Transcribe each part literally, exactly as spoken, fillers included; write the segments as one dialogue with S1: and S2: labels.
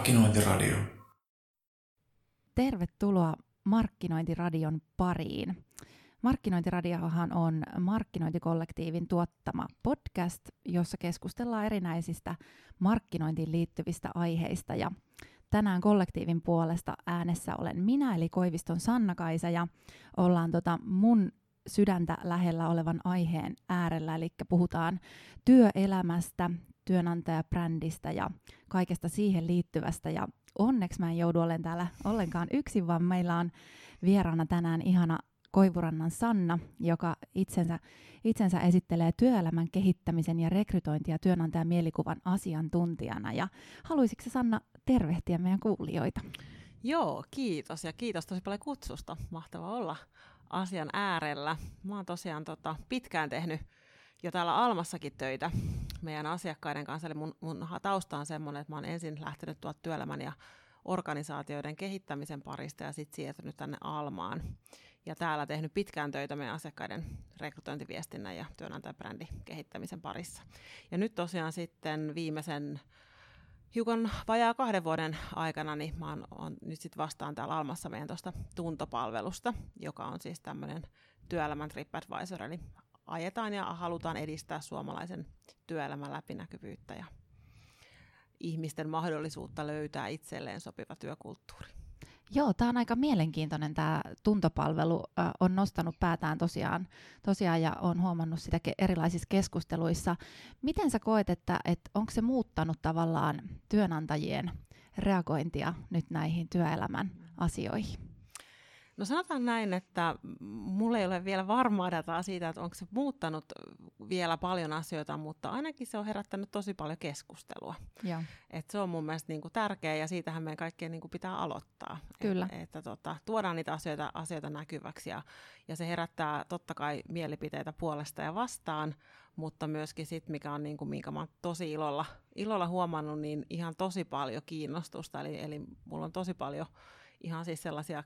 S1: Markkinointiradio.
S2: Tervetuloa Markkinointiradion pariin. Markkinointiradiohan on markkinointikollektiivin tuottama podcast, jossa keskustellaan erinäisistä markkinointiin liittyvistä aiheista. Ja tänään kollektiivin puolesta äänessä olen minä, eli Koiviston Sanna-Kaisa, ja ollaan tota mun sydäntä lähellä olevan aiheen äärellä, eli puhutaan työelämästä, työnantajabrändistä ja kaikesta siihen liittyvästä. Ja onneksi mä en joudu olemaan täällä ollenkaan yksin, vaan meillä on vieraana tänään ihana Koivurannan Sanna, joka itsensä, itsensä esittelee työelämän kehittämisen ja rekrytointi- ja työnantajan mielikuvan asiantuntijana. Ja haluaisitko Sanna tervehtiä meidän kuulijoita?
S3: Joo, kiitos ja kiitos tosi paljon kutsusta. Mahtava olla asian äärellä. Mä oon tosiaan tota, pitkään tehnyt jo täällä Almassakin töitä meidän asiakkaiden kanssa. Eli mun, mun tausta on semmoinen, että mä oon ensin lähtenyt tuolta työelämän ja organisaatioiden kehittämisen parista ja sitten siirtynyt tänne Almaan. Ja täällä tehnyt pitkään töitä meidän asiakkaiden rekrytointiviestinnän ja työnantajabrändin kehittämisen parissa. Ja nyt tosiaan sitten viimeisen hiukan vajaa kahden vuoden aikana, niin mä oon, oon nyt sit vastaan täällä Almassa meidän tuosta tuntopalvelusta, joka on siis tämmöinen työelämän TripAdvisor, eli ajetaan ja halutaan edistää suomalaisen työelämän läpinäkyvyyttä ja ihmisten mahdollisuutta löytää itselleen sopiva työkulttuuri.
S2: Joo, tämä on aika mielenkiintoinen tämä tuntopalvelu. Äh, on nostanut päätään tosiaan, tosiaan ja olen huomannut sitä ke- erilaisissa keskusteluissa. Miten sä koet, että et onko se muuttanut tavallaan työnantajien reagointia nyt näihin työelämän asioihin?
S3: No sanotaan näin, että mulla ei ole vielä varmaa dataa siitä, että onko se muuttanut vielä paljon asioita, mutta ainakin se on herättänyt tosi paljon keskustelua.
S2: Joo.
S3: Et se on mun mielestä niinku tärkeä ja siitähän meidän kaikkien niinku pitää aloittaa.
S2: Kyllä.
S3: Et, että tota, tuodaan niitä asioita, asioita näkyväksi ja, ja se herättää totta kai mielipiteitä puolesta ja vastaan, mutta myöskin sit, mikä on niinku, minkä mä oon tosi ilolla, ilolla huomannut, niin ihan tosi paljon kiinnostusta. Eli, eli mulla on tosi paljon ihan siis sellaisia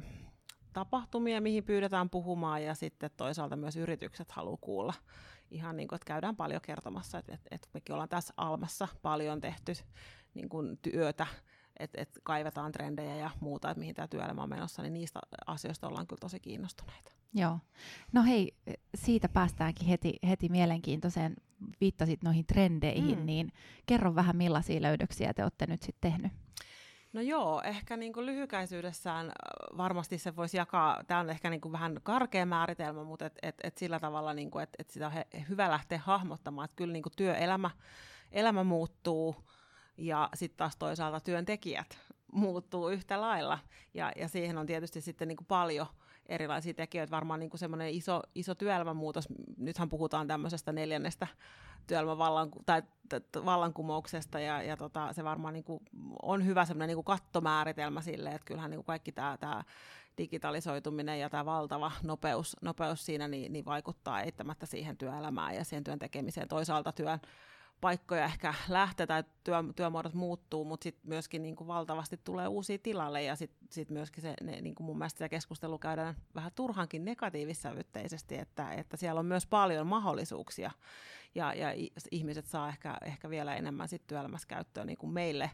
S3: tapahtumia, mihin pyydetään puhumaan ja sitten toisaalta myös yritykset haluaa kuulla. Ihan niin kuin, että käydään paljon kertomassa, että, että, että mekin ollaan tässä Almassa paljon tehty niin kuin työtä, että, että kaivetaan trendejä ja muuta, että mihin tämä työelämä on menossa, niin niistä asioista ollaan kyllä tosi kiinnostuneita.
S2: Joo. No hei, siitä päästäänkin heti, heti mielenkiintoiseen, viittasit noihin trendeihin, mm. niin kerro vähän millaisia löydöksiä te olette nyt sitten tehnyt.
S3: No joo, ehkä niin kuin lyhykäisyydessään varmasti se voisi jakaa, tämä on ehkä niin kuin vähän karkea määritelmä, mutta et, et, et sillä tavalla, niin kuin, et, et sitä on he, hyvä lähteä hahmottamaan, että kyllä niin kuin työelämä elämä muuttuu ja sitten taas toisaalta työntekijät muuttuu yhtä lailla ja, ja siihen on tietysti sitten niin kuin paljon erilaisia tekijöitä, varmaan niin kuin semmoinen iso, iso työelämän muutos, nythän puhutaan tämmöisestä neljännestä työelämän vallan, tai t- vallankumouksesta, ja, ja tota, se varmaan niin kuin on hyvä semmoinen niin kuin kattomääritelmä sille, että kyllähän niin kuin kaikki tämä digitalisoituminen ja tämä valtava nopeus, nopeus siinä niin, niin vaikuttaa eittämättä siihen työelämään ja siihen työn tekemiseen. Toisaalta työn paikkoja ehkä lähtee tai työ, työmuodot muuttuu, mutta sitten myöskin niin kuin valtavasti tulee uusia tilalle ja sitten sit myöskin se, ne, niin kuin mun mielestä sitä keskustelua käydään vähän turhankin negatiivissävytteisesti, että, että siellä on myös paljon mahdollisuuksia ja, ja ihmiset saa ehkä, ehkä vielä enemmän sit työelämässä käyttöön niin kuin meille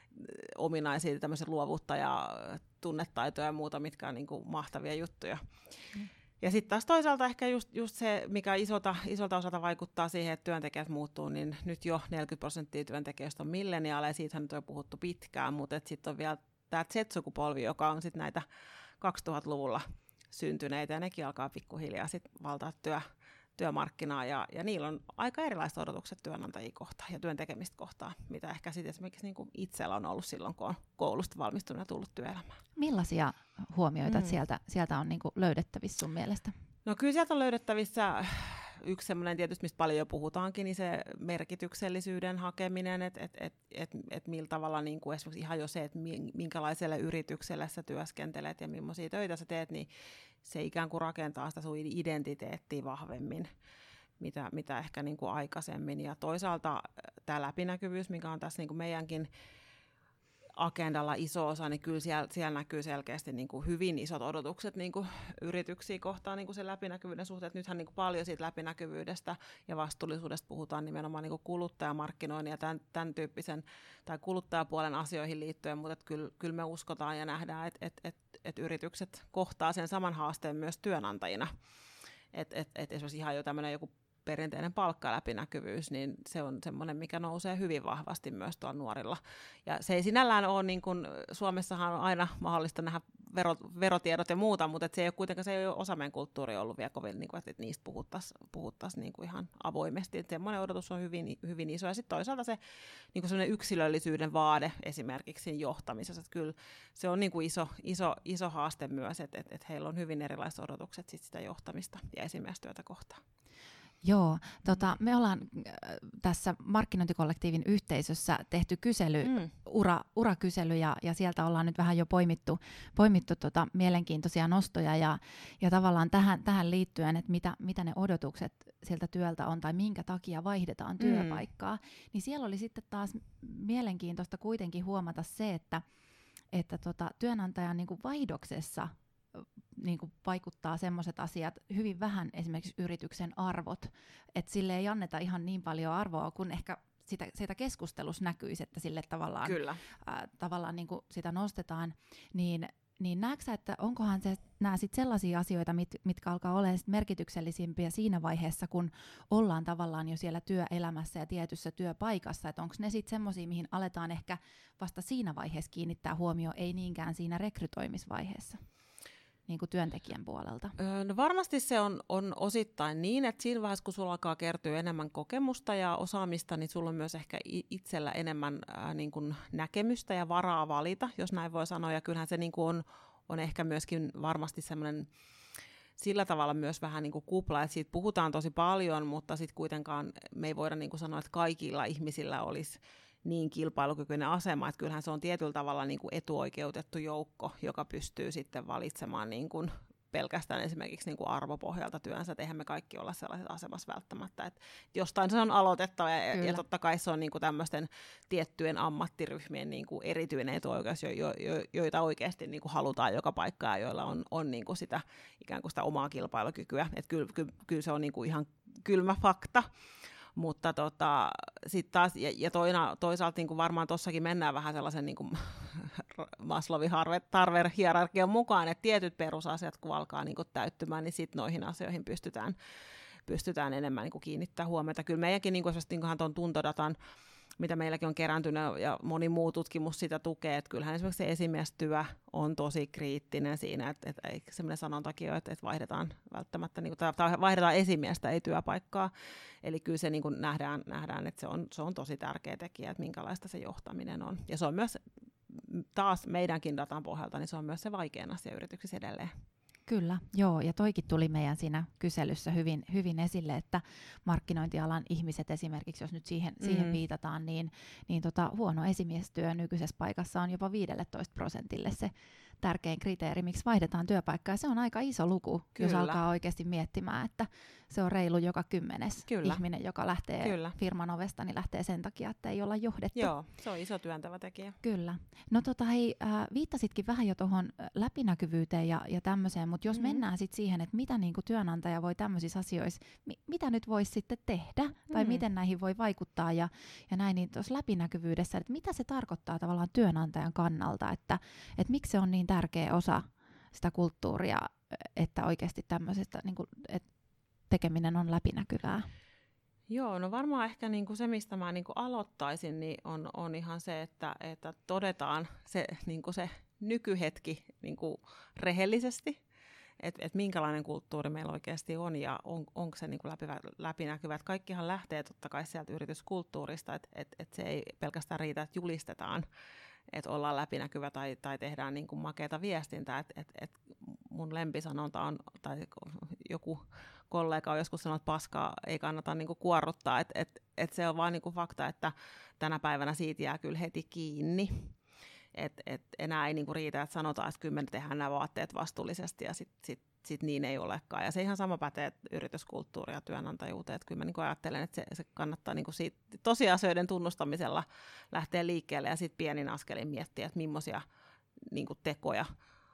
S3: ominaisia tämmöisiä luovuutta ja tunnetaitoja ja muuta, mitkä on niin kuin mahtavia juttuja. Mm. Ja sitten taas toisaalta ehkä just, just se, mikä isolta, isolta osalta vaikuttaa siihen, että työntekijät muuttuu, niin nyt jo neljäkymmentä prosenttia työntekijöistä on milleniaaleja, siitähän nyt on jo puhuttu pitkään, mutta sitten on vielä tämä Z-sukupolvi, joka on sitten näitä kaksituhattaluvulla syntyneitä, ja nekin alkaa pikkuhiljaa sitten valtaa työ, työmarkkinaa, ja, ja niillä on aika erilaiset odotukset työnantajia kohtaan ja työn tekemistä kohtaan, mitä ehkä sitten esimerkiksi niin kuin itsellä on ollut silloin, kun on koulusta valmistunut ja tullut työelämään.
S2: Millaisia huomioita mm. sieltä, sieltä on niin kuin löydettävissä sun mielestä?
S3: No kyllä sieltä on löydettävissä yksi semmoinen tietysti, mistä paljon jo puhutaankin, niin se merkityksellisyyden hakeminen, että et, et, et, et millä tavalla niin kuin esimerkiksi ihan jo se, että minkälaiselle yritykselle sä työskentelet ja millaisia töitä sä teet, niin se ikään kuin rakentaa sitä sun identiteettiä vahvemmin, mitä, mitä ehkä niin kuin aikaisemmin. Ja toisaalta tämä läpinäkyvyys, mikä on tässä niin kuin meidänkin agendalla iso osa, niin kyllä siellä, siellä näkyy selkeästi niin kuin hyvin isot odotukset niin kuin yrityksiä kohtaan niin kuin sen läpinäkyvyyden suhteen. Nythän niin kuin paljon siitä läpinäkyvyydestä ja vastuullisuudesta puhutaan nimenomaan niin kuin kuluttajamarkkinoinnin ja tämän, tämän tyyppisen tai kuluttajapuolen asioihin liittyen, mutta että kyllä, kyllä me uskotaan ja nähdään, että et, et, et yritykset kohtaa sen saman haasteen myös työnantajina. Että et, et esimerkiksi ihan jo tämmöinen joku perinteinen palkkaläpinäkyvyys, niin se on semmoinen, mikä nousee hyvin vahvasti myös tuolla nuorilla. Ja se ei sinällään ole, niin kuin, Suomessahan on aina mahdollista nähdä verot, verotiedot ja muuta, mutta se ei ole kuitenkaan se ei ole osa meidän kulttuuria ollut vielä kovin, niin kuin, että niistä puhuttaisiin puhuttais, niin kuin ihan avoimesti. Että semmoinen odotus on hyvin, hyvin iso. Ja sitten toisaalta se niin kuin semmoinen yksilöllisyyden vaade esimerkiksi johtamisessa. Että kyllä se on niin kuin iso, iso, iso haaste myös, että, että, että heillä on hyvin erilaiset odotukset sit sitä johtamista ja esimiestyötä kohtaan.
S2: Joo, tota, me ollaan äh, tässä markkinointikollektiivin yhteisössä tehty kysely, mm. ura, urakysely, ja, ja sieltä ollaan nyt vähän jo poimittu, poimittu tota mielenkiintoisia nostoja, ja, ja tavallaan tähän, tähän liittyen, että mitä, mitä ne odotukset sieltä työltä on, tai minkä takia vaihdetaan työpaikkaa, mm. niin siellä oli sitten taas mielenkiintoista kuitenkin huomata se, että, että tota, työnantajan niin kuin vaihdoksessa niin kuin vaikuttaa semmoiset asiat hyvin vähän, esimerkiksi yrityksen arvot, että sille ei anneta ihan niin paljon arvoa, kun ehkä sitä, sitä keskustelussa näkyisi, että sille tavallaan,
S3: Kyllä.
S2: Ää, tavallaan niin kuin sitä nostetaan, niin, niin näetkö sä, että onkohan se, nämä sit sellaisia asioita, mit, mitkä alkaa olemaan sit merkityksellisimpiä siinä vaiheessa, kun ollaan tavallaan jo siellä työelämässä ja tietyssä työpaikassa, että onko ne sitten semmoisia, mihin aletaan ehkä vasta siinä vaiheessa kiinnittää huomioon, ei niinkään siinä rekrytoimisvaiheessa? Niin kuin työntekijän puolelta?
S3: No varmasti se on, on osittain niin, että siinä vaiheessa, kun sulla alkaa kertyä enemmän kokemusta ja osaamista, niin sulla on myös ehkä itsellä enemmän ää, niin kuin näkemystä ja varaa valita, jos näin voi sanoa. Ja kyllähän se niin kuin on, on ehkä myöskin varmasti semmoinen sillä tavalla myös vähän niin kuin kupla, että siitä puhutaan tosi paljon, mutta sitten kuitenkaan me ei voida niin kuin sanoa, että kaikilla ihmisillä olisi niin kilpailukykyinen asema, että kyllähän se on tietyllä tavalla niin kuin etuoikeutettu joukko, joka pystyy sitten valitsemaan niin kuin pelkästään esimerkiksi niin kuin arvopohjalta työnsä, että eihän me kaikki olla sellaisessa asemassa välttämättä, että jostain se on aloitettava, ja, ja totta kai se on niin kuin tämmöisten tiettyjen ammattiryhmien niin kuin erityinen etuoikeus, jo, jo, jo, joita oikeasti niin kuin halutaan joka paikkaan, joilla on, on niin kuin sitä, ikään kuin sitä omaa kilpailukykyä, että kyllä, kyllä, kyllä se on niin kuin ihan kylmä fakta. Mutta tota, sitten taas, ja, ja toina, toisaalta niin kuin varmaan tuossakin mennään vähän sellaisen niin kuin Maslowin tarve-hierarkian mukaan, että tietyt perusasiat, kun alkaa niin kuin täyttymään, niin sitten noihin asioihin pystytään, pystytään enemmän niin kuin kiinnittämään huomiota. Kyllä meidänkin niin kuin niin tuon tuntodatan, mitä meilläkin on kerääntynyt, ja moni muu tutkimus sitä tukee, että kyllähän esimerkiksi se esimiestyö on tosi kriittinen siinä, että, että ei semmoinen sanontakin ole, että, että vaihdetaan välttämättä, niin kuin, tai vaihdetaan esimiestä, ei työpaikkaa. Eli kyllä se niin kuin nähdään, nähdään, että se on, se on tosi tärkeä tekijä, että minkälaista se johtaminen on. Ja se on myös, taas meidänkin datan pohjalta, niin se on myös se vaikein asia yrityksissä edelleen.
S2: Kyllä, joo, ja toikin tuli meidän siinä kyselyssä hyvin, hyvin esille, että markkinointialan ihmiset esimerkiksi, jos nyt siihen, mm. siihen viitataan, niin, niin tota, huono esimiestyö nykyisessä paikassa on jopa viisitoista prosentille se tärkein kriteeri, miksi vaihdetaan työpaikkaa. Se on aika iso luku, Kyllä. jos alkaa oikeasti miettimään, että se on reilu joka kymmenes Kyllä. ihminen, joka lähtee Kyllä. firman ovesta, niin lähtee sen takia, että ei olla johdettu.
S3: Joo, se on iso työntävä tekijä.
S2: Kyllä. No tota hei, äh, viittasitkin vähän jo tuohon läpinäkyvyyteen ja, ja tämmöiseen, mutta jos mm-hmm. mennään sitten siihen, että mitä niinku työnantaja voi tämmöisissä asioissa, mi- mitä nyt voisi sitten tehdä, mm-hmm. tai miten näihin voi vaikuttaa ja, ja näin, niin tuossa läpinäkyvyydessä, että mitä se tarkoittaa tavallaan työnantajan kannalta, että, että miksi se on niin tärkeä osa sitä kulttuuria, että oikeasti tämmöisestä niin kuin, että tekeminen on läpinäkyvää?
S3: Joo, no varmaan ehkä niinku se, mistä mä niinku aloittaisin, niin on, on ihan se, että, että todetaan se, niinku se nykyhetki niinku rehellisesti, että et minkälainen kulttuuri meillä oikeasti on ja on, onko se niinku läpi, läpinäkyvä. Et kaikkihan lähtee totta kai sieltä yrityskulttuurista, että et, et se ei pelkästään riitä, että julistetaan, että ollaan läpinäkyvä tai, tai tehdään niin kuin makeata viestintää. Et, et, et mun lempisanonta on, tai joku kollega on joskus sanonut, että paskaa ei kannata niin kuin kuorruttaa. Et, et, et se on vaan niin kuin fakta, että tänä päivänä siitä jää kyllä heti kiinni. Et, et enää ei niin kuin riitä, että sanotaan, että kyllä me tehdään nämä vaatteet vastuullisesti ja sitten sit sit niin ei olekaan. Ja se ihan sama pätee yrityskulttuuria ja työnantajuuteen. Että kyllä mä niin kuin ajattelen, että se, se kannattaa niin kuin siitä tosiasioiden tunnustamisella lähteä liikkeelle ja sitten pienin askelin miettiä, että millaisia niin kuin tekoja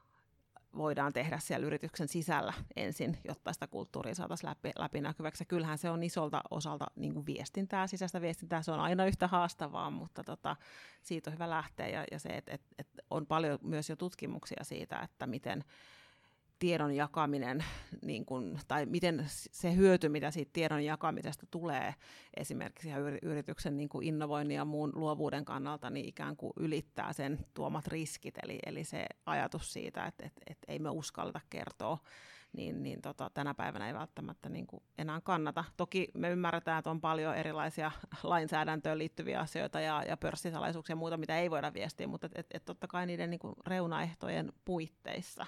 S3: voidaan tehdä siellä yrityksen sisällä ensin, jotta sitä kulttuuria saataisiin läpi, läpinäkyväksi. Ja kyllähän se on isolta osalta niin kuin viestintää, sisäistä viestintää, se on aina yhtä haastavaa, mutta tota, siitä on hyvä lähteä. Ja, ja se, että et, et on paljon myös jo tutkimuksia siitä, että miten tiedon jakaminen, niin kun, tai miten se hyöty, mitä siitä tiedon jakamisesta tulee esimerkiksi yrityksen niin kuin innovoinnin ja muun luovuuden kannalta, niin ikään kuin ylittää sen tuomat riskit. Eli, eli se ajatus siitä, että et, et ei me uskalleta kertoa, niin, niin tota, tänä päivänä ei välttämättä niin kuin enää kannata. Toki me ymmärretään, että on paljon erilaisia lainsäädäntöön liittyviä asioita ja, ja pörssisalaisuuksia ja muuta, mitä ei voida viestiä, mutta et, et, et totta kai niiden niin kuin reunaehtojen puitteissa.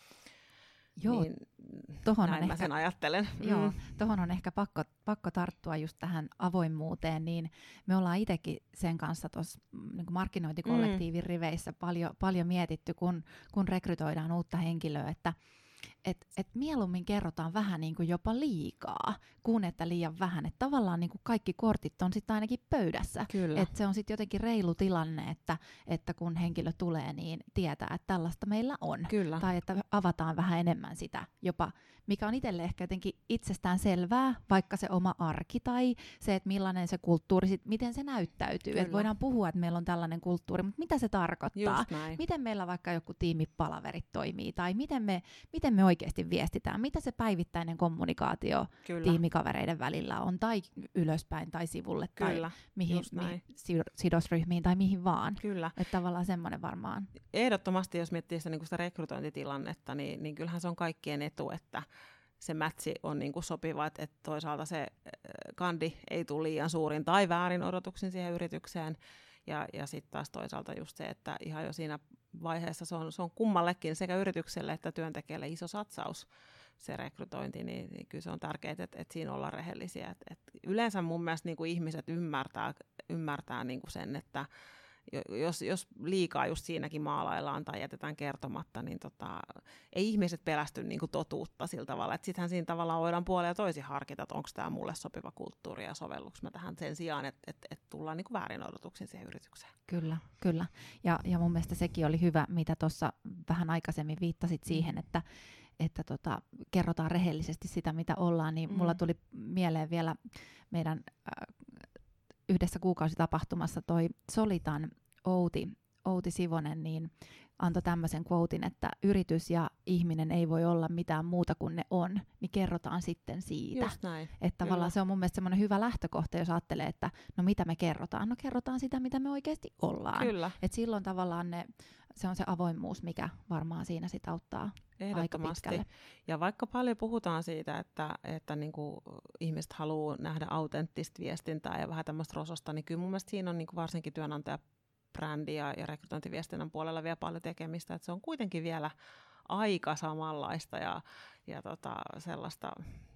S2: Joo,
S3: niin
S2: tohon
S3: näin
S2: on
S3: mä
S2: ehkä,
S3: sen ajattelen.
S2: Joo,
S3: mm.
S2: tohon on ehkä pakko, pakko tarttua just tähän avoimuuteen, niin me ollaan itsekin sen kanssa tuossa niin markkinointikollektiivin mm. riveissä paljon, paljon mietitty, kun, kun rekrytoidaan uutta henkilöä, että et, et mieluummin kerrotaan vähän niin kuin jopa liikaa, kuin että liian vähän. Että tavallaan niin kuin kaikki kortit on sitten ainakin pöydässä. Että se on sitten jotenkin reilu tilanne, että, että kun henkilö tulee, niin tietää, että tällaista meillä on.
S3: Kyllä.
S2: Tai että avataan vähän enemmän sitä jopa, mikä on itselle ehkä jotenkin itsestään selvää, vaikka se oma arki tai se, että millainen se kulttuuri, sit, miten se näyttäytyy. Että voidaan puhua, että meillä on tällainen kulttuuri, mutta mitä se tarkoittaa? Miten meillä vaikka joku tiimipalaverit toimii tai miten me, miten me oikeasti viestitään, mitä se päivittäinen kommunikaatio Kyllä. tiimikavereiden välillä on, tai ylöspäin tai sivulle, Kyllä. tai mihin, mihin sidosryhmiin tai mihin vaan.
S3: Kyllä.
S2: Että tavallaan semmoinen varmaan.
S3: Ehdottomasti, jos miettii sitä, niin kuin sitä rekrytointitilannetta, niin, niin kyllähän se on kaikkien etu, että se mätsi on niin kuin sopiva, että, että toisaalta se kandi ei tule liian suurin tai väärin odotuksin siihen yritykseen, ja, ja sitten taas toisaalta just se, että ihan jo siinä vaiheessa se on, se on kummallekin, sekä yritykselle että työntekijälle iso satsaus se rekrytointi, niin, niin kyllä se on tärkeää, että, että siinä ollaan rehellisiä. Et, et yleensä mun mielestä niin kuin ihmiset ymmärtää, ymmärtää niin kuin sen, että jos, jos liikaa just siinäkin maalaillaan tai jätetään kertomatta, niin tota, ei ihmiset pelästy niin kuin totuutta sillä tavalla. Sittenhän siinä tavallaan voidaan puolella ja toisin harkita, että onko tämä mulle sopiva kulttuuri ja sovelluks mä tähän sen sijaan, että et, et tullaan niin kuin väärin odotuksin siihen yritykseen.
S2: Kyllä, kyllä. Ja, ja mun mielestä sekin oli hyvä, mitä tuossa vähän aikaisemmin viittasit siihen, että että tota, kerrotaan rehellisesti sitä, mitä ollaan, niin mm. mulla tuli mieleen vielä meidän äh, yhdessä kuukausitapahtumassa toi Solitan Outi, Outi Sivonen, niin antoi tämmöisen quotin, että yritys ja ihminen ei voi olla mitään muuta kuin ne on, niin kerrotaan sitten siitä.
S3: Just näin.
S2: Että tavallaan se on mun mielestä semmoinen hyvä lähtökohta, jos ajattelee, että no mitä me kerrotaan? No kerrotaan sitä, mitä me oikeasti ollaan.
S3: Kyllä.
S2: Et silloin tavallaan ne, se on se avoimuus, mikä varmaan siinä sit auttaa aika pitkälle.
S3: Ja vaikka paljon puhutaan siitä, että, että niinku ihmiset haluaa nähdä autenttista viestintää ja vähän tämmöistä rososta, niin kyllä mun mielestä siinä on niinku varsinkin työnantaja brändi ja, ja rekrytointiviestinnän puolella vielä paljon tekemistä, että se on kuitenkin vielä aika samanlaista ja, ja tota, sellaista,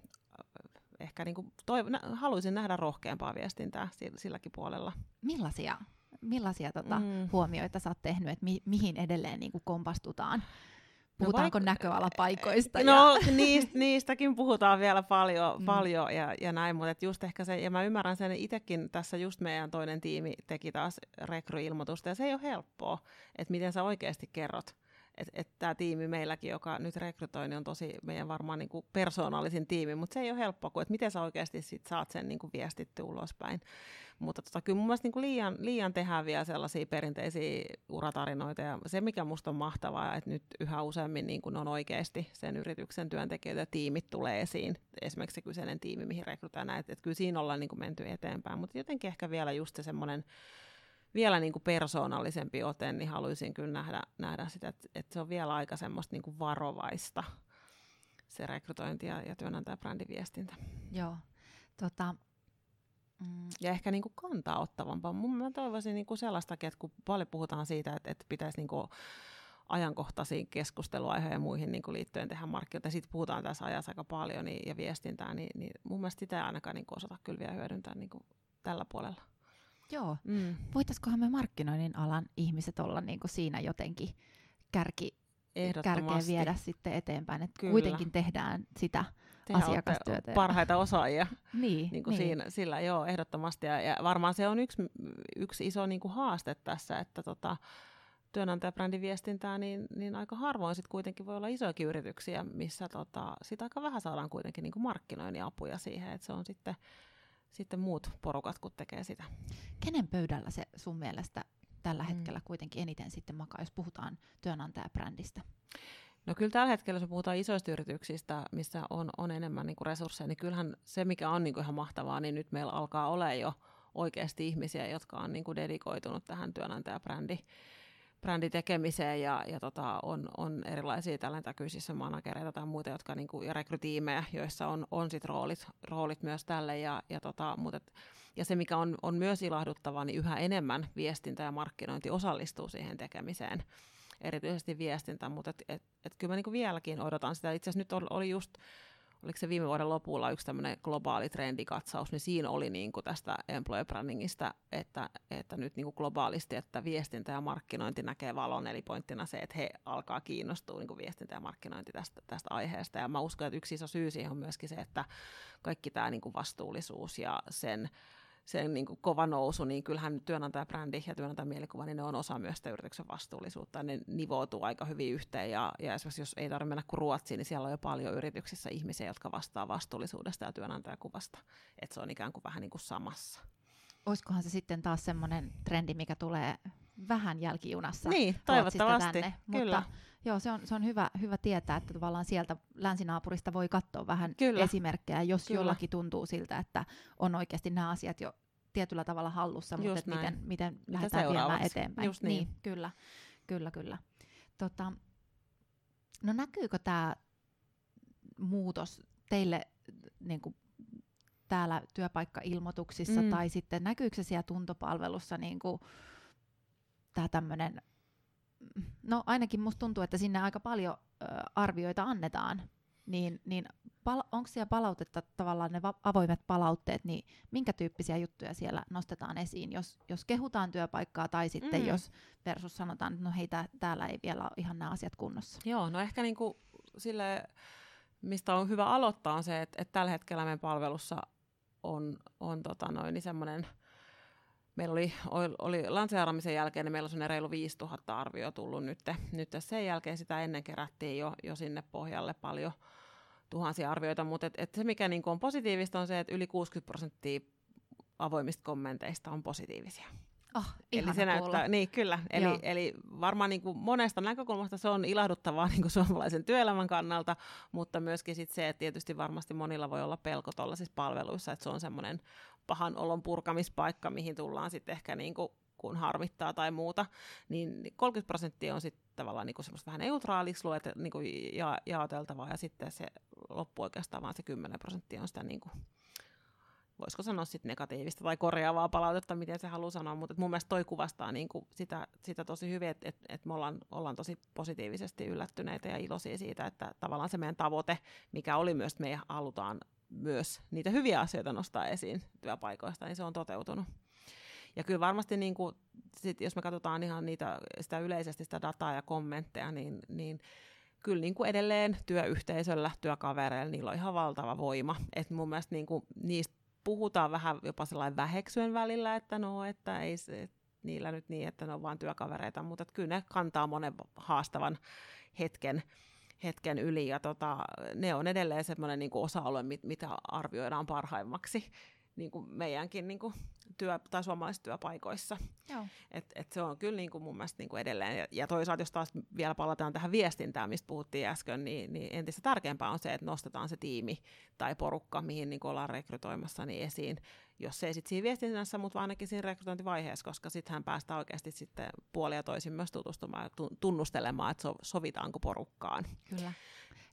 S3: ehkä niinku toiv- nä- haluaisin nähdä rohkeampaa viestintää silläkin puolella.
S2: Millaisia, millaisia tota, mm. huomioita sä oot tehnyt, että mi- mihin edelleen niinku kompastutaan? Puhutaanko no vaik- näköalapaikoista?
S3: No ja niist, niistäkin puhutaan vielä paljon, mm. paljon ja, ja näin, mutta just ehkä se, ja mä ymmärrän sen itsekin, tässä just meidän toinen tiimi teki taas rekryilmoitusta, ja se ei ole helppoa, että miten sä oikeasti kerrot. Että et tämä tiimi meilläkin, joka nyt rekrytoi, niin on tosi meidän varmaan niinku persoonallisin tiimi, mutta se ei ole helppoa, kun että miten sä oikeasti sit saat sen niinku viestitty ulospäin. Mutta tota, kyllä mun mielestä niinku liian, liian tehdään vielä sellaisia perinteisiä uratarinoita, ja se mikä musta on mahtavaa, että nyt yhä useammin niinku on oikeasti sen yrityksen työntekijöitä ja tiimit tulee esiin, esimerkiksi se kyseinen tiimi, mihin rekrytään, että et kyllä siinä ollaan niinku menty eteenpäin, mutta jotenkin ehkä vielä just se semmoinen vielä niin kuin persoonallisempi ote, niin haluaisin kyllä nähdä, nähdä sitä, että, että se on vielä aika semmoista niin kuin varovaista, se rekrytointi ja, ja työnantajabrändiviestintä.
S2: Joo. Tota, mm.
S3: Ja ehkä niin kuin kantaa ottavampaa. Mä toivoisin niin kuin sellaistakin, että kun paljon puhutaan siitä, että, että pitäisi niin kuin ajankohtaisiin keskusteluaiheisiin ja muihin niin kuin liittyen tehdä markkinoita, ja siitä puhutaan tässä ajassa aika paljon niin, ja viestintää, niin, niin mun mielestä sitä ei ainakaan niin kuin osata kyllä vielä hyödyntää niin kuin tällä puolella.
S2: Joo. Mm. Voitaiskohan me markkinoinnin alan ihmiset olla niinku siinä jotenkin kärki, kärkeä viedä sitten eteenpäin, että Kyllä. kuitenkin tehdään sitä
S3: Tehän
S2: asiakastyötä.
S3: Parhaita osaajia
S2: niin,
S3: niin kuin niin. Siinä, sillä joo, ehdottomasti. Ja, ja varmaan se on yksi, yksi iso niin kuin haaste tässä, että tota, työnantajabrändin viestintää, niin, niin aika harvoin sit kuitenkin voi olla isojakin yrityksiä, missä tota, sitä aika vähän saadaan kuitenkin niin kuin markkinoinnin apuja siihen, että se on sitten, sitten muut porukat, kun tekee sitä.
S2: Kenen pöydällä se sun mielestä tällä hetkellä mm. kuitenkin eniten sitten makaa, jos puhutaan työnantajabrändistä?
S3: No kyllä tällä hetkellä, jos puhutaan isoista yrityksistä, missä on, on enemmän niin kuin resursseja, niin kyllähän se, mikä on niin kuin ihan mahtavaa, niin nyt meillä alkaa olla jo oikeasti ihmisiä, jotka on niin kuin dedikoitunut tähän työnantajabrändi brändin tekemiseen ja, ja tota, on, on erilaisia talent-acquisition managereita tai muita, jotka niinku, ja rekrytiimejä, joissa on, on sit roolit, roolit myös tälle. Ja, ja, tota, mut et, ja se, mikä on, on myös ilahduttavaa, niin yhä enemmän viestintä ja markkinointi osallistuu siihen tekemiseen, erityisesti viestintä, mutta et, et, et kyllä mä niinku vieläkin odotan sitä. Itse asiassa nyt oli just, oliko se viime vuoden lopulla yksi tämmöinen globaali trendikatsaus, niin siinä oli niinku tästä employer brandingista, että, että nyt niinku globaalisti, että viestintä ja markkinointi näkee valon, eli pointtina se, että he alkaa kiinnostua niinku viestintä ja markkinointi tästä, tästä aiheesta. Ja mä uskon, että yksi iso syy siihen on myöskin se, että kaikki tämä niinku vastuullisuus ja sen sen niin kuin kova nousu, niin kyllähän työnantajabrändi ja työnantajamielikuva, niin ne on osa myös sitä yrityksen vastuullisuutta. Ne nivoutuu aika hyvin yhteen, ja, ja esimerkiksi jos ei tarvitse mennä kuin Ruotsiin, niin siellä on jo paljon yrityksissä ihmisiä, jotka vastaa vastuullisuudesta ja työnantajakuvasta. Että se on ikään kuin vähän niin kuin samassa.
S2: Olisikohan se sitten taas semmoinen trendi, mikä tulee vähän jälkijunassa
S3: niin, toivottavasti,
S2: tänne.
S3: kyllä.
S2: Mutta joo, se on, se on hyvä, hyvä tietää, että tavallaan sieltä länsinaapurista voi katsoa vähän
S3: Kyllä.
S2: esimerkkejä, jos
S3: Kyllä.
S2: jollakin tuntuu siltä, että on oikeasti nämä asiat jo tietyllä tavalla hallussa,
S3: Just
S2: mutta miten, miten
S3: Mitä
S2: lähdetään viemään eteenpäin.
S3: Just niin.
S2: niin, kyllä, kyllä, kyllä. Tota, no näkyykö tämä muutos teille niin kuin täällä työpaikkailmoituksissa mm. tai sitten näkyykö se siellä tuntopalvelussa niin kuin tämä tämmöinen, no ainakin musta tuntuu, että sinne aika paljon ö, arvioita annetaan, niin, niin pal- onko siellä palautetta tavallaan ne va- avoimet palautteet, niin minkä tyyppisiä juttuja siellä nostetaan esiin, jos, jos kehutaan työpaikkaa tai sitten mm. jos versus sanotaan, että no hei, tää, täällä ei vielä ole ihan nämä asiat kunnossa.
S3: Joo, no ehkä niinku sille, mistä on hyvä aloittaa on se, että, että tällä hetkellä meidän palvelussa on, on tota noin, niin semmoinen, meillä oli, oli lanseeraamisen jälkeen, niin meillä on reilu viisituhatta arvioa tullut nyt. Nyt sen jälkeen sitä ennen kerättiin jo, jo sinne pohjalle paljon tuhansia arvioita, mutta et, et se mikä niinku on positiivista on se, että yli kuusikymmentä prosenttia avoimista kommenteista on positiivisia.
S2: Oh,
S3: eli se näyttää, niin kyllä, eli, eli varmaan niin kuin monesta näkökulmasta se on ilahduttavaa niin kuin suomalaisen työelämän kannalta, mutta myöskin sit se, että tietysti varmasti monilla voi olla pelko tuollaisissa palveluissa, että se on semmoinen pahan olon purkamispaikka, mihin tullaan sitten ehkä niin kuin, kun harmittaa tai muuta, niin kolmekymmentä prosenttia on sitten tavallaan niin kuin semmoista vähän neutraaliksi luet, niin kuin ja, jaoteltavaa, ja sitten se loppu oikeastaan vaan se kymmenen prosenttia on sitä niin kuin, voisiko sanoa sitten negatiivista tai korjaavaa palautetta, miten se haluaa sanoa, mutta mun mielestä toi kuvastaa niinku sitä, sitä tosi hyvin, että et, et me ollaan, ollaan tosi positiivisesti yllättyneitä ja iloisia siitä, että tavallaan se meidän tavoite, mikä oli myös, että me halutaan myös niitä hyviä asioita nostaa esiin työpaikoista, niin se on toteutunut. Ja kyllä varmasti, niin kuin, sit, jos me katsotaan ihan niitä, sitä yleisesti sitä dataa ja kommentteja, niin, niin kyllä niin kuin edelleen työyhteisöllä, työkavereilla, niillä on ihan valtava voima. Et mun mielestä niin kuin, niistä puhutaan vähän jopa sellainen väheksyen välillä, että no, että ei se, niillä nyt niin, että ne on vain työkavereita, mutta kyllä ne kantaa monen haastavan hetken, hetken yli, ja tota, ne on edelleen semmoinen niin kuin osa-alue, mit, mitä arvioidaan parhaimmaksi niin kuin meidänkin niin kuin työ- tai suomalaisissa työpaikoissa. Et, et se on kyllä niin kuin mun mielestä niin kuin edelleen. Ja, ja toisaalta, jos taas vielä palataan tähän viestintään, mistä puhuttiin äsken, niin, niin entistä tärkeämpää on se, että nostetaan se tiimi tai porukka, mihin niin kuin ollaan rekrytoimassa, niin esiin. Jos se ei sitten siinä viestinnässä, mutta ainakin siinä rekrytointivaiheessa, koska sittenhän päästään oikeasti sitten puolia toisin myös tutustumaan ja tunnustelemaan, että so, sovitaanko porukkaan.
S2: Kyllä.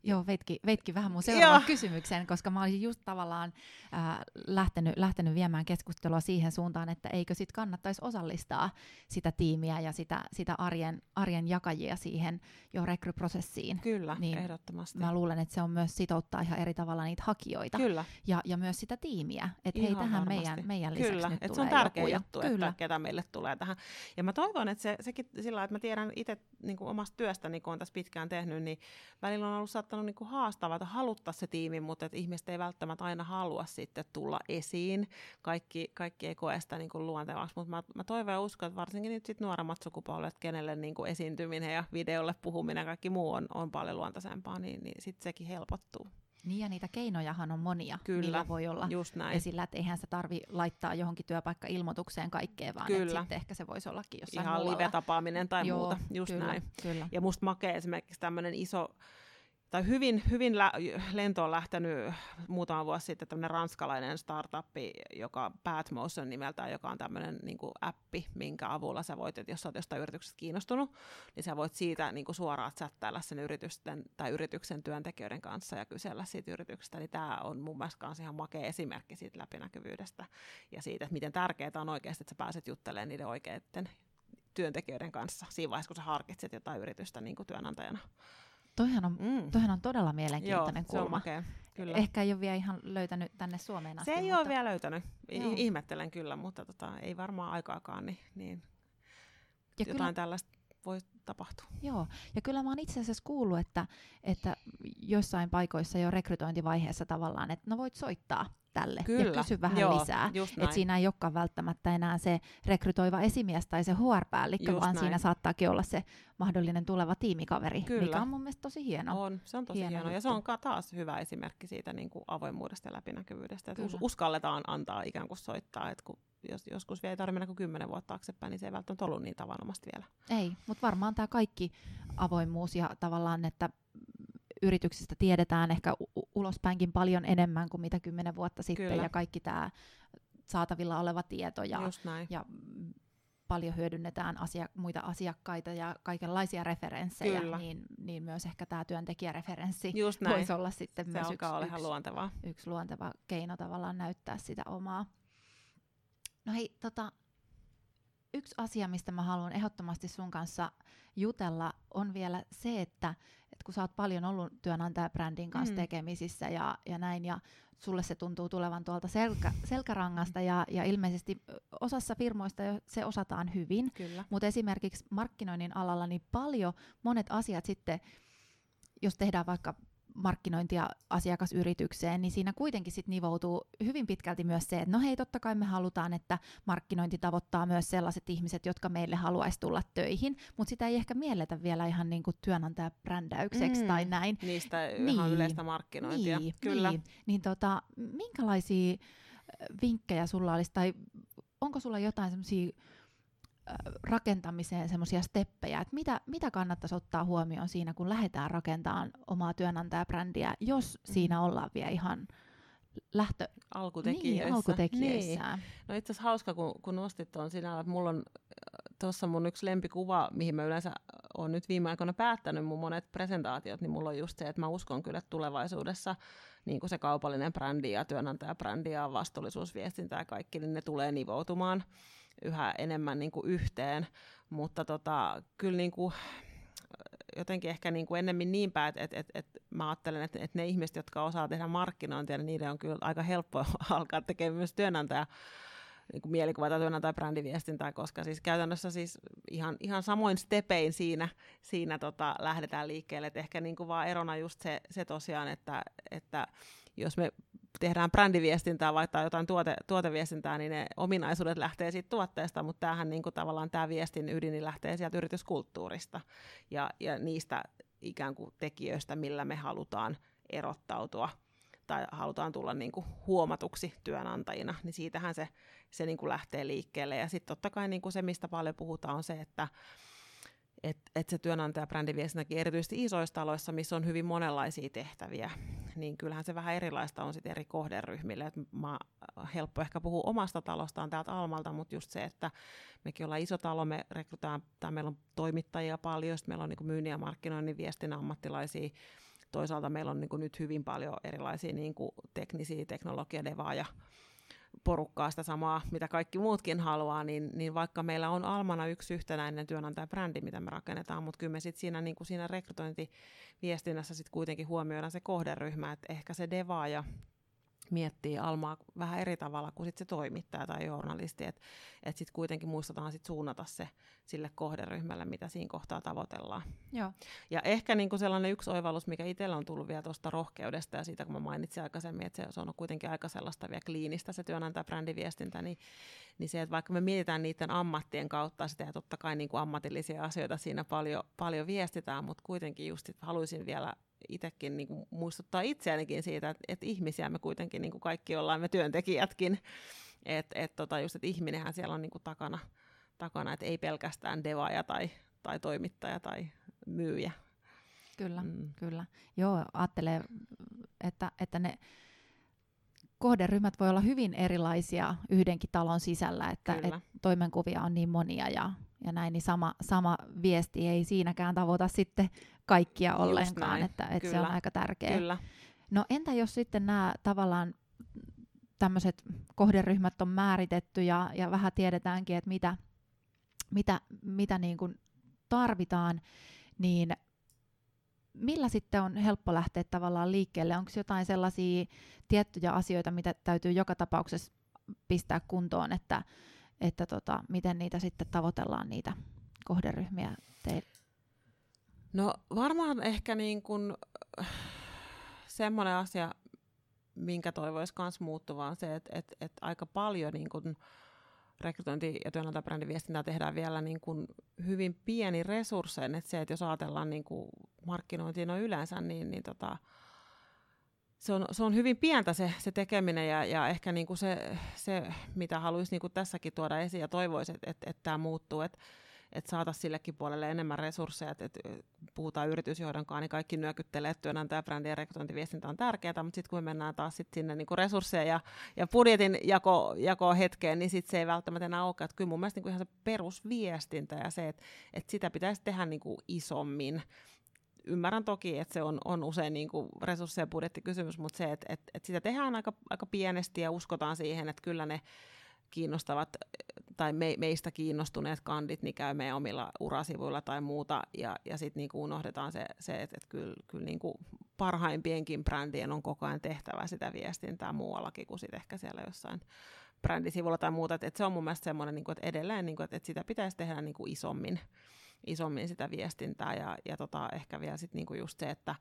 S2: Joo, veitkin, veitkin vähän mun seuraavan kysymyksen, koska mä olisin just tavallaan äh, lähtenyt, lähtenyt viemään keskustelua siihen suuntaan, että eikö sit kannattaisi osallistaa sitä tiimiä ja sitä, sitä arjen, arjen jakajia siihen jo rekryprosessiin.
S3: Kyllä,
S2: niin
S3: ehdottomasti.
S2: Mä luulen, että se on myös sitouttaa ihan eri tavalla niitä hakijoita.
S3: Kyllä.
S2: Ja, ja myös sitä tiimiä, että hei, tähän meidän, meidän lisäksi
S3: Kyllä,
S2: nyt tulee
S3: se on tärkeä
S2: joku.
S3: juttu,
S2: Kyllä.
S3: että ketä meille tulee tähän. Ja mä toivon, että se, sekin sillä, että mä tiedän itse niin kuin omasta työstäni, kun olen tässä pitkään tehnyt, niin välillä on ollut saattanut niin kuin haastavaa, että haluttaa se tiimi, mutta että ihmiset ei välttämättä aina halua sitten tulla esiin. Kaikki, kaikki ei koe sitä niin kuin luontevaksi, mutta mä, mä toivon ja uskon, että varsinkin nyt sit nuoremmat sukupolvet, kenelle niin kuin esiintyminen ja videolle puhuminen ja kaikki muu on, on paljon luontaisempaa, niin, niin sitten sekin helpottuu.
S2: Niin ja niitä keinojahan on monia,
S3: Kyllä,
S2: millä voi olla esillä, että eihän se tarvi laittaa johonkin työpaikka-ilmoitukseen kaikkea, vaan että sitten ehkä se voisi ollakin jossain
S3: ihan
S2: muualla.
S3: live-tapaaminen tai
S2: Joo,
S3: muuta, just
S2: kyllä,
S3: näin.
S2: Kyllä.
S3: Ja musta makea esimerkiksi tämmöinen iso, tai hyvin, hyvin lä- lentoon lähtenyt muutama vuosi sitten tämmöinen ranskalainen startuppi, joka Pathmotion nimeltään, joka on tämmöinen niin kuin appi, minkä avulla sä voit, että jos sä oot jostain yrityksestä kiinnostunut, niin sä voit siitä niin kuin suoraan chattailla sen yritysten tai yrityksen työntekijöiden kanssa ja kysellä siitä yrityksestä, niin tämä on mun mielestä kans ihan makea esimerkki siitä läpinäkyvyydestä ja siitä, että miten tärkeää on oikeasti, että sä pääset juttelemaan niiden oikeiden työntekijöiden kanssa siinä vaiheessa, kun sä harkitset jotain yritystä niin kuin työnantajana.
S2: Toihan on,
S3: mm.
S2: toihan on todella mielenkiintoinen
S3: Joo,
S2: kulma.
S3: Se on makea, kyllä.
S2: Ehkä ei ole vielä ihan löytänyt tänne Suomeen asti.
S3: Se ei
S2: mutta...
S3: ole vielä löytänyt.
S2: Joo.
S3: Ihmettelen kyllä, mutta tota, ei varmaan aikaakaan, niin, niin
S2: ja
S3: jotain
S2: kyllä,
S3: tällaista voi tapahtua.
S2: Joo, ja kyllä mä oon itse asiassa kuullut, että, että jossain paikoissa jo rekrytointivaiheessa tavallaan, että no voit soittaa tälle
S3: Kyllä.
S2: ja kysy vähän
S3: Joo,
S2: lisää.
S3: että
S2: siinä ei olekaan välttämättä enää se rekrytoiva esimies tai se H R-päällikkö,
S3: just
S2: vaan
S3: näin.
S2: Siinä saattaakin olla se mahdollinen tuleva tiimikaveri,
S3: Kyllä.
S2: mikä on mun mielestä tosi hieno.
S3: On, se on tosi hieno, hieno. Ja se on taas hyvä esimerkki siitä niin kuin avoimuudesta ja läpinäkyvyydestä, että us- uskalletaan antaa ikään kuin soittaa, että kun jos, joskus vielä ei tarvitse mennä kuin kymmenen vuotta taaksepäin, niin se ei välttämättä ollut niin tavanomasta vielä.
S2: Ei, mutta varmaan tämä kaikki avoimuus ja tavallaan, että yrityksistä tiedetään ehkä u- ulospäinkin paljon enemmän kuin mitä kymmenen vuotta sitten,
S3: Kyllä.
S2: ja kaikki tämä saatavilla oleva tieto ja, ja paljon hyödynnetään asia- muita asiakkaita ja kaikenlaisia referenssejä, niin, niin myös ehkä tämä työntekijäreferenssi voisi olla sitten
S3: se
S2: myös yksi,
S3: yksi, luontevaa.
S2: yksi luonteva keino tavallaan näyttää sitä omaa. No hei, tota, yksi asia, mistä mä haluan ehdottomasti sun kanssa jutella, on vielä se, että, että kun sä oot paljon ollut työnantajabrändin kanssa mm. tekemisissä ja, ja näin, ja sulle se tuntuu tulevan tuolta selkä, selkärangasta, ja, ja ilmeisesti osassa firmoista se osataan hyvin, mutta esimerkiksi markkinoinnin alalla niin paljon monet asiat sitten, jos tehdään vaikka markkinointia asiakasyritykseen, niin siinä kuitenkin sit nivoutuu hyvin pitkälti myös se, että no hei, totta kai me halutaan, että markkinointi tavoittaa myös sellaiset ihmiset, jotka meille haluaisi tulla töihin, mutta sitä ei ehkä mielletä vielä ihan niin kuin työnantajabrändäykseksi mm, tai näin.
S3: Niistä
S2: niin,
S3: ihan yleistä markkinointia.
S2: Niin,
S3: Kyllä.
S2: Niin, niin tota, minkälaisia vinkkejä sulla olisi, tai onko sulla jotain semmoisia rakentamiseen semmoisia steppejä, että mitä, mitä kannattaisi ottaa huomioon siinä, kun lähdetään rakentamaan omaa työnantajabrändiä, jos mm. siinä ollaan vielä ihan lähtö...
S3: alkutekijöissä.
S2: Niin, alkutekijöissään.
S3: Niin. No itse asiassa hauska, kun, kun nostit tuon sinä, että mulla on tuossa mun yksi lempikuva, mihin mä yleensä olen nyt viime aikoina päättänyt mun monet presentaatiot, niin mulla on just se, että mä uskon kyllä, että tulevaisuudessa niin kuin se kaupallinen brändi ja työnantajabrändi ja vastuullisuusviestintä ja kaikki, niin ne tulee nivoutumaan yhä enemmän niin kuin yhteen, mutta tota, kyllä niin kuin, jotenkin ehkä niin kuin ennemmin niin päin, että et, et, et mä ajattelen, että et ne ihmiset, jotka osaa tehdä markkinointia, niin niiden on kyllä aika helppo alkaa tekemään myös työnantaja niin kuin mielikuva tai työnantaja brändiviestintää, koska siis käytännössä siis ihan, ihan samoin stepein siinä, siinä tota, lähdetään liikkeelle, että ehkä niin kuin vaan erona just se, se tosiaan, että, että jos me tehdään brändiviestintää vaikka jotain tuote, tuoteviestintää, niin ne ominaisuudet lähtee siitä tuotteesta, mutta tämähän niin kuin tavallaan tämä viestin ydin lähtee sieltä yrityskulttuurista ja, ja niistä ikään kuin tekijöistä, millä me halutaan erottautua tai halutaan tulla niin kuin huomatuksi työnantajina, niin siitähän se, se niin kuin lähtee liikkeelle. Ja sitten totta kai niin kuin se, mistä paljon puhutaan, on se, että et, et se työnantajabrändiviestintäkin erityisesti isoissa taloissa, missä on hyvin monenlaisia tehtäviä, niin kyllähän se vähän erilaista on sit eri kohderyhmille. Et mä, helppo ehkä puhua omasta talostaan täältä Almalta, mutta just se, että mekin ollaan iso talo, me rekrytään, tai meillä on toimittajia paljon, meillä on niin kuin myynnin ja markkinoinnin viestinä ammattilaisia, toisaalta meillä on niin kuin nyt hyvin paljon erilaisia niin kuin teknisiä teknologiadevaaja porukkaa sitä samaa, mitä kaikki muutkin haluaa, niin, niin vaikka meillä on Almana yksi yhtenäinen työnantajabrändi, mitä me rakennetaan, mutta kyllä me sit siinä, niin kuin siinä rekrytointiviestinnässä sit kuitenkin huomioidaan se kohderyhmä, että ehkä se devaaja miettii Almaa vähän eri tavalla kuin sit se toimittaja tai journalisti, että et sitten kuitenkin muistetaan sit suunnata se sille kohderyhmälle, mitä siinä kohtaa tavoitellaan.
S2: Joo.
S3: Ja ehkä niinku sellainen yksi oivallus, mikä itsellä on tullut vielä tuosta rohkeudesta ja siitä, kun mä mainitsin aikaisemmin, että se, se on kuitenkin aika sellaista vielä kliinistä se työnantajabrändiviestintä, niin, niin se, että vaikka me mietitään niiden ammattien kautta sitä ja totta kai niinku ammatillisia asioita siinä paljon, paljon viestitään, mutta kuitenkin just haluaisin vielä itsekin niin kuin muistuttaa itseänikin siitä, että, että ihmisiä me kuitenkin niin kuin kaikki ollaan, me työntekijätkin, että et, tota, just, että ihminenhän siellä on niin kuin takana, takana, että ei pelkästään devaaja tai, tai toimittaja tai myyjä.
S2: Kyllä, mm. kyllä. Joo, ajattelee, että, että ne kohderyhmät voi olla hyvin erilaisia yhdenkin talon sisällä, että et toimenkuvia on niin monia ja, ja näin, niin sama, sama viesti ei siinäkään tavoita sitten kaikkia ollenkaan, että, että se on aika tärkeä.
S3: Kyllä.
S2: No entä jos sitten nämä tavallaan tämmöiset kohderyhmät on määritetty ja, ja vähän tiedetäänkin, että mitä, mitä, mitä niin kuin tarvitaan, niin millä sitten on helppo lähteä tavallaan liikkeelle? Onko jotain sellaisia tiettyjä asioita, mitä täytyy joka tapauksessa pistää kuntoon, että, että tota, miten niitä sitten tavoitellaan, niitä kohderyhmiä teille?
S3: No varmaan ehkä niin kuin semmoinen asia, minkä toivoisi myös muuttuva, on se, että, että, että aika paljon niin kuin rekrytointi- ja työnantajabrändiviestintää tehdään vielä niin kuin hyvin pieni resurssein, että se, että jos ajatellaan niin kuin markkinointia no yleensä, niin, niin tota, se, on, se on hyvin pientä se, se tekeminen ja, ja ehkä niin kuin se, se, mitä haluaisi niin kuin tässäkin tuoda esiin ja toivoisi, että, että, että tämä muuttuu, että että saataisiin sillekin puolelle enemmän resursseja, että, että puhutaan yritysjohdonkaan, niin kaikki nyökyttelee, että työnantajabrändi ja rekrytointiviestintä on tärkeää, mutta sitten kun me mennään taas sit sinne niin kuin resursseja ja, ja budjetin jako, jako hetkeen, niin sitten se ei välttämättä enää olekaan. Että kyllä mun mielestä niin kuin ihan se perusviestintä ja se, että, että sitä pitäisi tehdä niin kuin isommin. Ymmärrän toki, että se on, on usein niin kuin resursseja ja budjettikysymys, mutta se, että, että, että sitä tehdään aika, aika pienesti ja uskotaan siihen, että kyllä ne kiinnostavat tai me, meistä kiinnostuneet kandit niin käy meidän omilla urasivuilla tai muuta, ja, ja sitten niinku unohdetaan se, se että et kyllä, kyllä niinku parhaimpienkin brändien on koko ajan tehtävä sitä viestintää muuallakin kuin sit ehkä siellä jossain brändisivulla tai muuta. Et, et se on mun mielestä semmoinen, niinku, että edelleen niinku, että et sitä pitäisi tehdä niinku isommin, isommin sitä viestintää, ja, ja tota, ehkä vielä sit niinku just se, että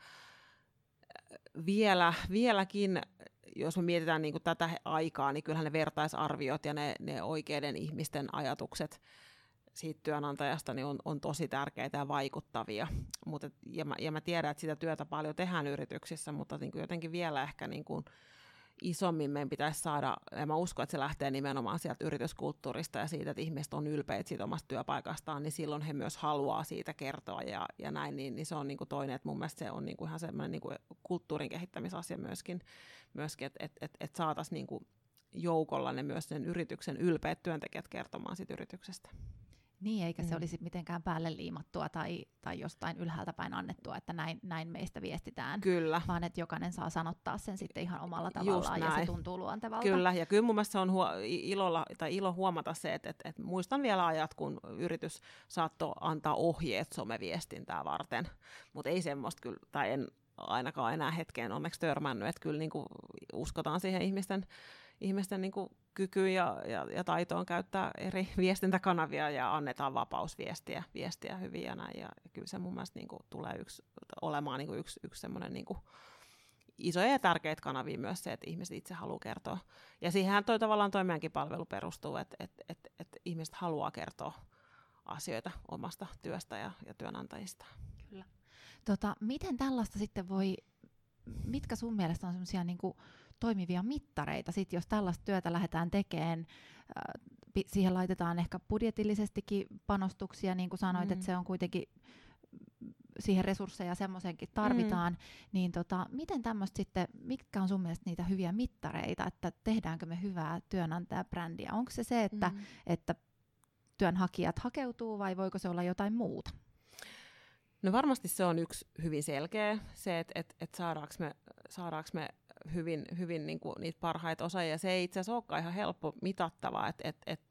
S3: vielä, vieläkin jos me mietitään niin kuin tätä aikaa, niin kyllähän ne vertaisarviot ja ne, ne oikeiden ihmisten ajatukset siitä työnantajasta niin on, on tosi tärkeitä ja vaikuttavia. Mut et, ja, mä, ja mä tiedän, että sitä työtä paljon tehdään yrityksissä, mutta niin kuin jotenkin vielä ehkä niin kuin isommin meidän pitäisi saada, ja mä uskon, että se lähtee nimenomaan sieltä yrityskulttuurista ja siitä, että ihmiset on ylpeitä siitä omasta työpaikastaan, niin silloin he myös haluaa siitä kertoa ja, ja näin, niin, niin se on niin kuin toinen, että mun mielestä se on niin kuin ihan semmoinen niin kuin kulttuurin kehittämisasia myöskin, myöskin että et, et, et saataisiin niin kuin joukolla ne myös sen yrityksen ylpeät työntekijät kertomaan siitä yrityksestä.
S2: Niin, eikä se
S3: Mm.
S2: olisi mitenkään päälle liimattua tai, tai jostain ylhäältä päin annettua, että näin, näin meistä viestitään.
S3: Kyllä.
S2: Vaan että jokainen saa sanottaa sen sitten ihan omalla tavallaan ja se tuntuu luontevalta.
S3: Kyllä, ja kyllä mun mielestä se on huo- ilolla, tai ilo huomata se, että, että, että muistan vielä ajat, kun yritys saattoi antaa ohjeet someviestintää varten, mutta ei semmoista kyllä, tai en ainakaan enää hetkeen onneksi törmännyt, että kyllä niin kuin uskotaan siihen ihmisten ihmisten niin kuin kykyyn ja, ja, ja taitoon käyttää eri viestintäkanavia ja annetaan vapaus viestiä, viestiä hyvin ja näin. Ja, ja kyllä se mun mielestä niin kuin tulee yksi, olemaan niin kuin yksi, yksi semmoinen niin kuin isoja ja tärkeitä kanavia myös se, että ihmiset itse haluaa kertoa. Ja siihenhän toi tavallaan toi meidänkin palvelu perustuu, että, että, että, että ihmiset haluaa kertoa asioita omasta työstä ja, ja työnantajista.
S2: Kyllä. Tota, miten tällaista sitten voi, mitkä sun mielestä on semmoisia niin kuin toimivia mittareita, sit jos tällaista työtä lähdetään tekemään, äh, siihen laitetaan ehkä budjetillisestikin panostuksia, niin kuin sanoit, mm. että se on kuitenkin, siihen resursseja semmoisenkin tarvitaan, mm. niin tota, miten tämmöistä sitten, mitkä on sun mielestä niitä hyviä mittareita, että tehdäänkö me hyvää työnantajabrändiä? Onko se se, että, mm. että työnhakijat hakeutuu vai voiko se olla jotain muuta?
S3: No varmasti se on yksi hyvin selkeä, se, että et, et saadaanko me, saadaanko me hyvin, hyvin niinku niitä parhaita osaajia. Se ei itse asiassa olekaan ihan helppo mitattavaa, että et, et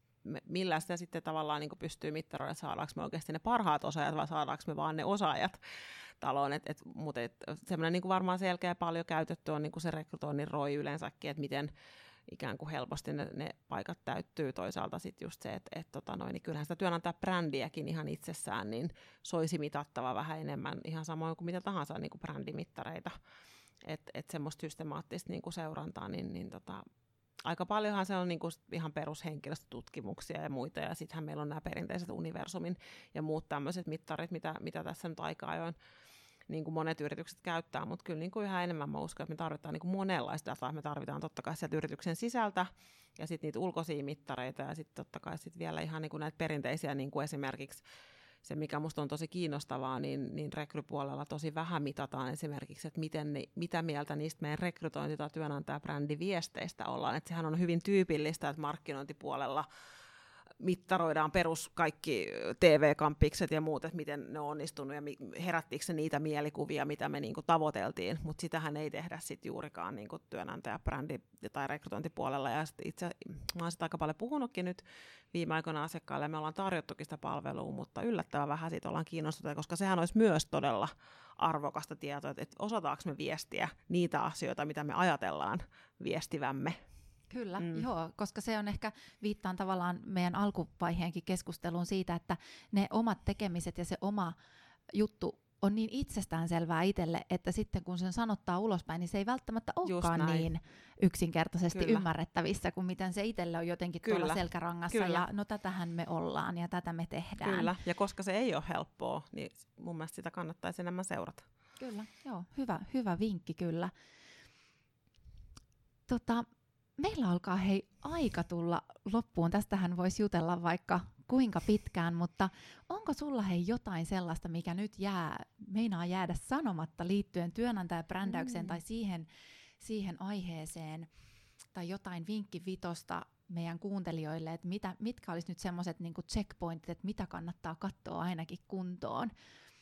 S3: millä sitä sitten tavallaan niinku pystyy mittaroida, että saadaanko me oikeasti ne parhaat osaajat vai saadaanko me vaan ne osaajat taloon. Et, et, mutta et, semmoinen niinku varmaan selkeä paljon käytetty on niinku se rekrytoinnin roi yleensäkin, että miten ikään kuin helposti ne, ne paikat täyttyy. Toisaalta sitten just se, että et, tota noin, niin kyllähän sitä työnantajabrändiäkin ihan itsessään niin soisi mitattava vähän enemmän, ihan samoin kuin mitä tahansa niin kuin brändimittareita. Että et semmoista systemaattista niin kuin seurantaa, niin, niin tota, aika paljonhan se on niin kuin ihan perushenkilöstötutkimuksia ja muita, ja sittenhän meillä on nämä perinteiset Universumin ja muut tämmöiset mittarit, mitä, mitä tässä nyt aika ajoin niin kuin monet yritykset käyttää, mutta kyllä niin kuin yhä enemmän mä uskon, että me tarvitaan niin kuin monenlaista dataa. Me tarvitaan totta kai sieltä yrityksen sisältä ja sitten niitä ulkoisia mittareita ja sitten totta kai sit vielä ihan niin kuin näitä perinteisiä, niin kuin esimerkiksi se, mikä musta on tosi kiinnostavaa, niin, niin rekrypuolella tosi vähän mitataan esimerkiksi, että miten ne, mitä mieltä niistä meidän rekrytointi- tai työnantajabrändiviesteistä ollaan. Että sehän on hyvin tyypillistä, että markkinointipuolella mittaroidaan perus kaikki T V-kampikset ja muut, että miten ne on onnistunut ja herättiinkö se niitä mielikuvia, mitä me niinku tavoiteltiin, mutta sitähän ei tehdä sit juurikaan niinku työnantajabrändi- tai rekrytointipuolella. Ja itse mä oon sitä aika paljon puhunutkin nyt viime aikoina asiakkaille, me ollaan tarjottukin sitä palvelua, mutta yllättävän vähän siitä ollaan kiinnostuneita, koska sehän olisi myös todella arvokasta tietoa, että osataanko me viestiä niitä asioita, mitä me ajatellaan viestivämme.
S2: Kyllä, mm. joo, koska se on ehkä, viittaan tavallaan meidän alkuvaiheenkin keskusteluun siitä, että ne omat tekemiset ja se oma juttu on niin itsestäänselvää itselle, että sitten kun sen sanottaa ulospäin, niin se ei välttämättä olekaan niin yksinkertaisesti Kyllä. ymmärrettävissä, kuin miten se itselle on jotenkin Kyllä. tuolla selkärangassa, Kyllä. ja no tätähän me ollaan ja tätä me tehdään.
S3: Kyllä, ja koska se ei ole helppoa, niin mun mielestä sitä kannattaisi enemmän seurata.
S2: Kyllä, joo, hyvä, hyvä vinkki kyllä. Tota, meillä alkaa hei aika tulla loppuun. Tästähän voisi jutella vaikka kuinka pitkään, mutta onko sulla hei jotain sellaista, mikä nyt jää, meinaa jäädä sanomatta liittyen työnantajabrändäykseen mm. tai siihen, siihen aiheeseen, tai jotain vinkkivitosta meidän kuuntelijoille, että mitä, mitkä olisi nyt semmoiset niinku checkpointit, että mitä kannattaa katsoa ainakin kuntoon?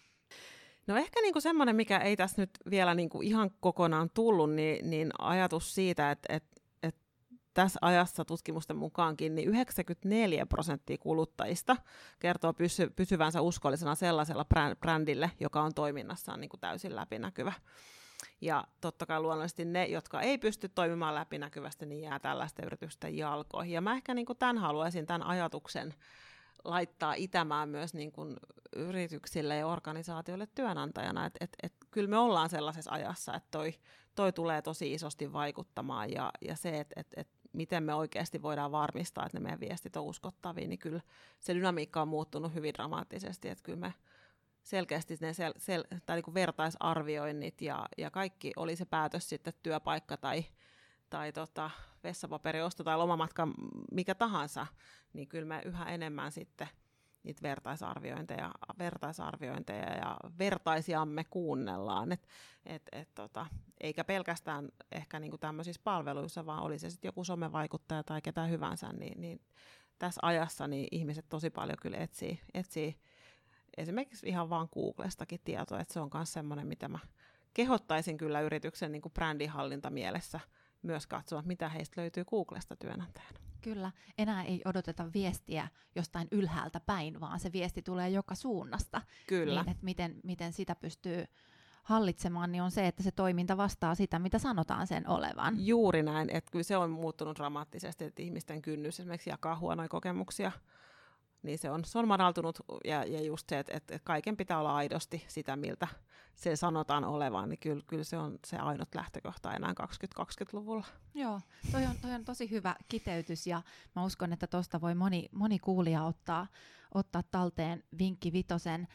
S3: No ehkä niinku semmoinen, mikä ei tässä nyt vielä niinku ihan kokonaan tullut, niin, niin ajatus siitä, että, että tässä ajassa tutkimusten mukaankin niin yhdeksänkymmentäneljä prosenttia kuluttajista kertoo pysy, pysyvänsä uskollisena sellaisella brändille, joka on toiminnassaan niin kuin täysin läpinäkyvä. Ja totta kai luonnollisesti ne, jotka ei pysty toimimaan läpinäkyvästi, niin jää tällaisten yritysten jalkoihin. Ja mä ehkä niin kuin tämän haluaisin, tämän ajatuksen laittaa itämään myös niin kuin yrityksille ja organisaatioille työnantajana. Että et, et, kyllä me ollaan sellaisessa ajassa, että toi, toi tulee tosi isosti vaikuttamaan. Ja, ja se, että et, et miten me oikeasti voidaan varmistaa, että ne meidän viestit on uskottavia, niin kyllä se dynamiikka on muuttunut hyvin dramaattisesti. Että kyllä me selkeästi ne sel, sel, tai niin kuin vertaisarvioinnit ja, ja kaikki, oli se päätös sitten työpaikka tai, tai tota, vessapaperiosto tai lomamatka, mikä tahansa, niin kyllä me yhä enemmän sitten niitä vertaisarviointeja, vertaisarviointeja ja vertaisiamme kuunnellaan. Et, et, et, tota, eikä pelkästään ehkä niinku tämmöisissä palveluissa, vaan oli se sitten joku somevaikuttaja tai ketä hyvänsä, niin, niin tässä ajassa niin ihmiset tosi paljon kyllä etsii, etsii esimerkiksi ihan vaan Googlestakin tietoa, että se on myös semmoinen, mitä mä kehottaisin kyllä yrityksen niin kuin brändihallinta mielessä myös katsoa, mitä heistä löytyy Googlesta työnantajana.
S2: Kyllä, enää ei odoteta viestiä jostain ylhäältä päin, vaan se viesti tulee joka suunnasta.
S3: Kyllä.
S2: Niin, että miten, miten sitä pystyy hallitsemaan, niin on se, että se toiminta vastaa sitä, mitä sanotaan sen olevan.
S3: Juuri näin, että kyllä se on muuttunut dramaattisesti, että ihmisten kynnys esimerkiksi jakaa huonoja kokemuksia, niin se on, se on madaltunut, ja, ja just se, että, että kaiken pitää olla aidosti sitä, miltä se sanotaan olevan, niin kyllä, kyllä se on se ainut lähtökohta enää kaksikymmentä-kaksikymmentäluvulla.
S2: Joo, toi on, toi on tosi hyvä kiteytys, ja mä uskon, että tuosta voi moni, moni kuulija ottaa, ottaa talteen vinkki vitosen.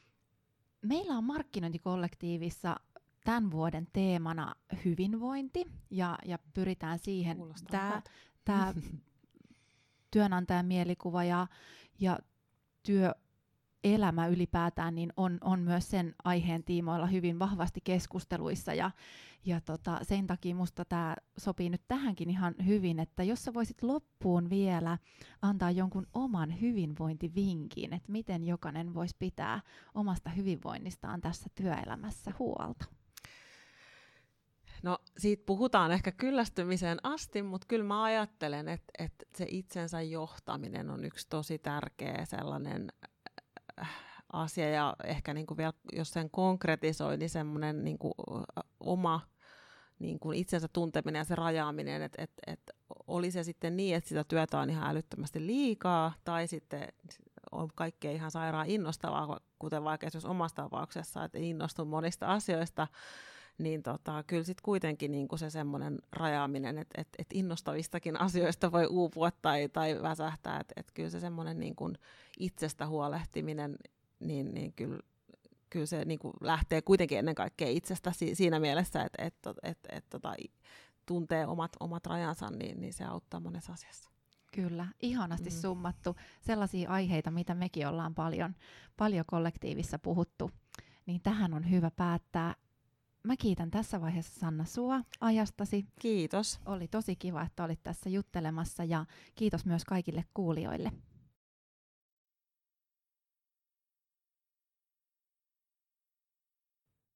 S2: Meillä on markkinointikollektiivissa tämän vuoden teemana hyvinvointi, ja, ja pyritään siihen, tämä työnantajan mielikuva ja, ja elämä ylipäätään niin on, on myös sen aiheen tiimoilla hyvin vahvasti keskusteluissa ja, ja tota, sen takia musta tämä sopii nyt tähänkin ihan hyvin, että jos sä voisit loppuun vielä antaa jonkun oman hyvinvointivinkin, että miten jokainen voisi pitää omasta hyvinvoinnistaan tässä työelämässä huolta.
S3: No siitä puhutaan ehkä kyllästymiseen asti, mutta kyllä mä ajattelen, että, että se itsensä johtaminen on yksi tosi tärkeä sellainen asia ja ehkä niin kuin vielä, jos sen konkretisoi, niin semmoinen niin kuin oma niin kuin itsensä tunteminen ja se rajaaminen, että et, et oli se sitten niin, että sitä työtä on ihan älyttömästi liikaa tai sitten on kaikkea ihan sairaan innostavaa, kuten vaikka jos omassa tapauksessa, että innostun monista asioista, niin tota, kyllä sitten kuitenkin niinku se semmoinen rajaaminen, että et, et innostavistakin asioista voi uupua tai, tai väsähtää, että et kyllä se semmoinen niinku itsestä huolehtiminen, niin, niin kyllä, kyllä se niinku lähtee kuitenkin ennen kaikkea itsestä si, siinä mielessä, että et, et, et, tota, tuntee omat, omat rajansa, niin, niin se auttaa monessa asiassa.
S2: Kyllä, ihanasti mm. summattu. Sellaisia aiheita, mitä mekin ollaan paljon, paljon kollektiivissa puhuttu, niin tähän on hyvä päättää. Mä kiitän tässä vaiheessa, Sanna, sua ajastasi.
S3: Kiitos.
S2: Oli tosi kiva, että olit tässä juttelemassa ja kiitos myös kaikille kuulijoille.